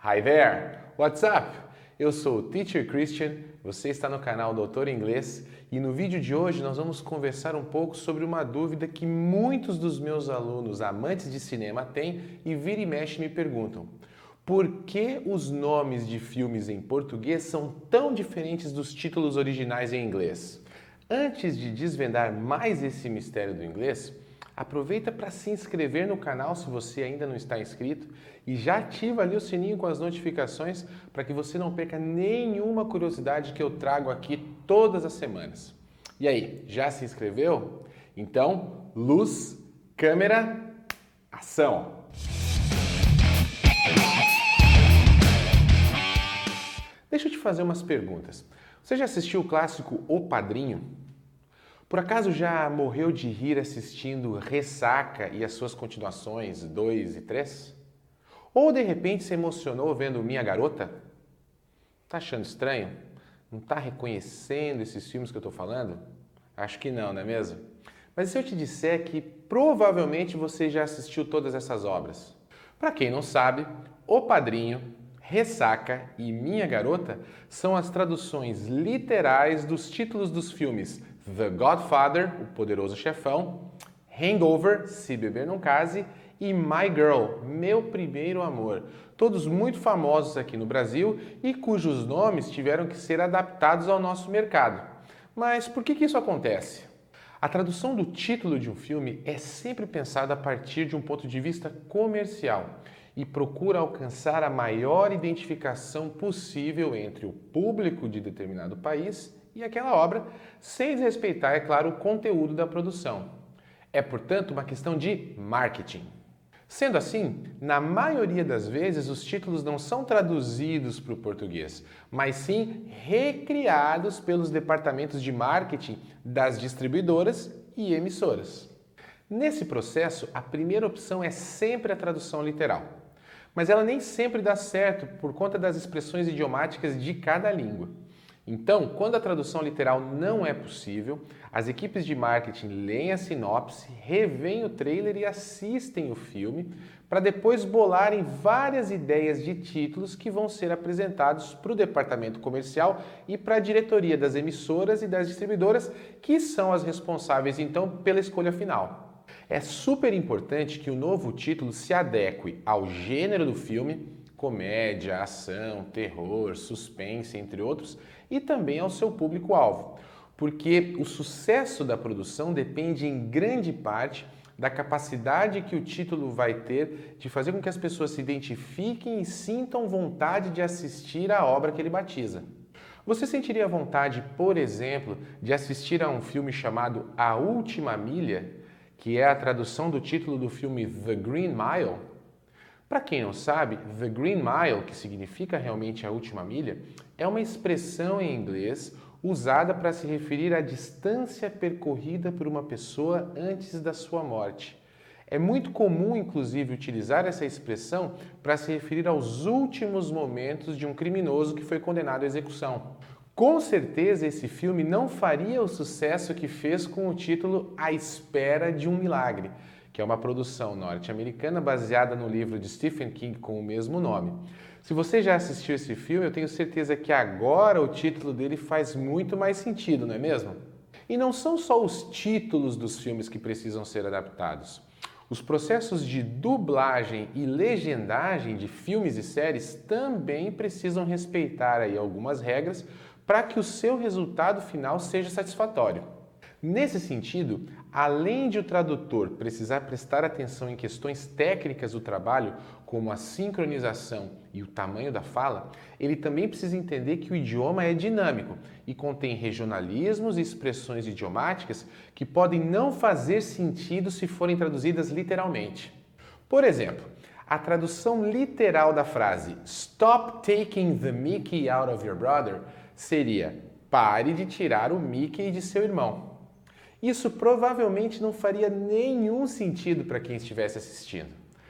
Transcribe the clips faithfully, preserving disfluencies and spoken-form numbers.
Hi there! What's up? Eu sou o Teacher Christian, você está no canal Doutor Inglês e no vídeo de hoje nós vamos conversar um pouco sobre uma dúvida que muitos dos meus alunos amantes de cinema têm e vira e mexe me perguntam. Por que os nomes de filmes em português são tão diferentes dos títulos originais em inglês? Antes de desvendar mais esse mistério do inglês, aproveita para se inscrever no canal se você ainda não está inscrito e já ativa ali o sininho com as notificações para que você não perca nenhuma curiosidade que eu trago aqui todas as semanas. E aí, já se inscreveu? Então, luz, câmera, ação! Deixa eu te fazer umas perguntas. Você já assistiu o clássico O Padrinho? Por acaso já morreu de rir assistindo Ressaca e as suas continuações dois e três? Ou de repente se emocionou vendo Minha Garota? Tá achando estranho? Não tá reconhecendo esses filmes que eu tô falando? Acho que não, não é mesmo? Mas e se eu te disser que provavelmente você já assistiu todas essas obras? Para quem não sabe, O Padrinho, Ressaca e Minha Garota são as traduções literais dos títulos dos filmes The Godfather, O Poderoso Chefão, Hangover, Se Beber Não Case e My Girl, Meu Primeiro Amor, todos muito famosos aqui no Brasil e cujos nomes tiveram que ser adaptados ao nosso mercado. Mas por que que isso acontece? A tradução do título de um filme é sempre pensada a partir de um ponto de vista comercial e procura alcançar a maior identificação possível entre o público de determinado país e aquela obra, sem desrespeitar, é claro, o conteúdo da produção. É, portanto, uma questão de marketing. Sendo assim, na maioria das vezes os títulos não são traduzidos para o português, mas sim recriados pelos departamentos de marketing das distribuidoras e emissoras. Nesse processo, a primeira opção é sempre a tradução literal, mas ela nem sempre dá certo por conta das expressões idiomáticas de cada língua. Então, quando a tradução literal não é possível, as equipes de marketing leem a sinopse, revêem o trailer e assistem o filme para depois bolarem várias ideias de títulos que vão ser apresentados para o departamento comercial e para a diretoria das emissoras e das distribuidoras, que são as responsáveis então pela escolha final. É super importante que o novo título se adeque ao gênero do filme, comédia, ação, terror, suspense, entre outros, e também ao seu público-alvo, porque o sucesso da produção depende em grande parte da capacidade que o título vai ter de fazer com que as pessoas se identifiquem e sintam vontade de assistir à obra que ele batiza. Você sentiria vontade, por exemplo, de assistir a um filme chamado A Última Milha, que é a tradução do título do filme The Green Mile? Para quem não sabe, The Green Mile, que significa realmente a última milha, é uma expressão em inglês usada para se referir à distância percorrida por uma pessoa antes da sua morte. É muito comum, inclusive, utilizar essa expressão para se referir aos últimos momentos de um criminoso que foi condenado à execução. Com certeza esse filme não faria o sucesso que fez com o título A Espera de um Milagre, que é uma produção norte-americana baseada no livro de Stephen King com o mesmo nome. Se você já assistiu esse filme, eu tenho certeza que agora o título dele faz muito mais sentido, não é mesmo? E não são só os títulos dos filmes que precisam ser adaptados. Os processos de dublagem e legendagem de filmes e séries também precisam respeitar aí algumas regras para que o seu resultado final seja satisfatório. Nesse sentido, além de o tradutor precisar prestar atenção em questões técnicas do trabalho, como a sincronização e o tamanho da fala, ele também precisa entender que o idioma é dinâmico e contém regionalismos e expressões idiomáticas que podem não fazer sentido se forem traduzidas literalmente. Por exemplo, a tradução literal da frase "Stop taking the Mickey out of your brother" seria "Pare de tirar o Mickey de seu irmão". Isso provavelmente não faria nenhum sentido para quem estivesse assistindo.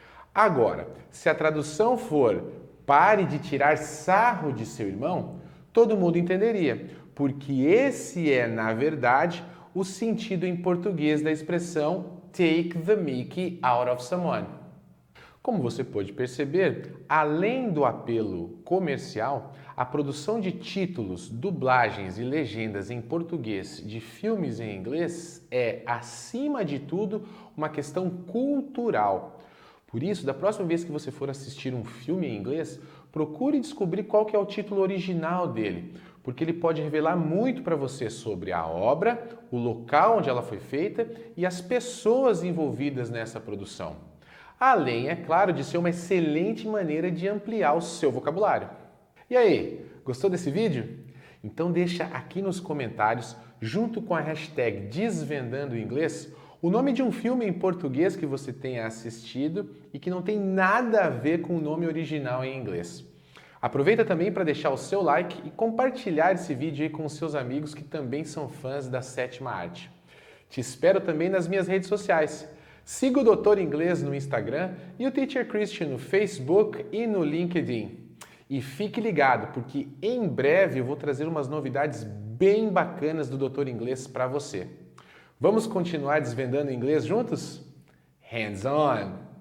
Agora, se a tradução for "pare de tirar sarro de seu irmão", todo mundo entenderia, porque esse é, na verdade, o sentido em português da expressão "take the Mickey out of someone". Como você pode perceber, além do apelo comercial, a produção de títulos, dublagens e legendas em português de filmes em inglês é, acima de tudo, uma questão cultural. Por isso, da próxima vez que você for assistir um filme em inglês, procure descobrir qual que é o título original dele, porque ele pode revelar muito para você sobre a obra, o local onde ela foi feita e as pessoas envolvidas nessa produção. Além, é claro, de ser uma excelente maneira de ampliar o seu vocabulário. E aí, gostou desse vídeo? Então deixa aqui nos comentários, junto com a hashtag Desvendando Inglês, o nome de um filme em português que você tenha assistido e que não tem nada a ver com o nome original em inglês. Aproveita também para deixar o seu like e compartilhar esse vídeo aí com os seus amigos que também são fãs da sétima arte. Te espero também nas minhas redes sociais. Siga o Doutor Inglês no Instagram e o Teacher Christian no Facebook e no LinkedIn. E fique ligado, porque em breve eu vou trazer umas novidades bem bacanas do Doutor Inglês para você. Vamos continuar desvendando inglês juntos? Hands on!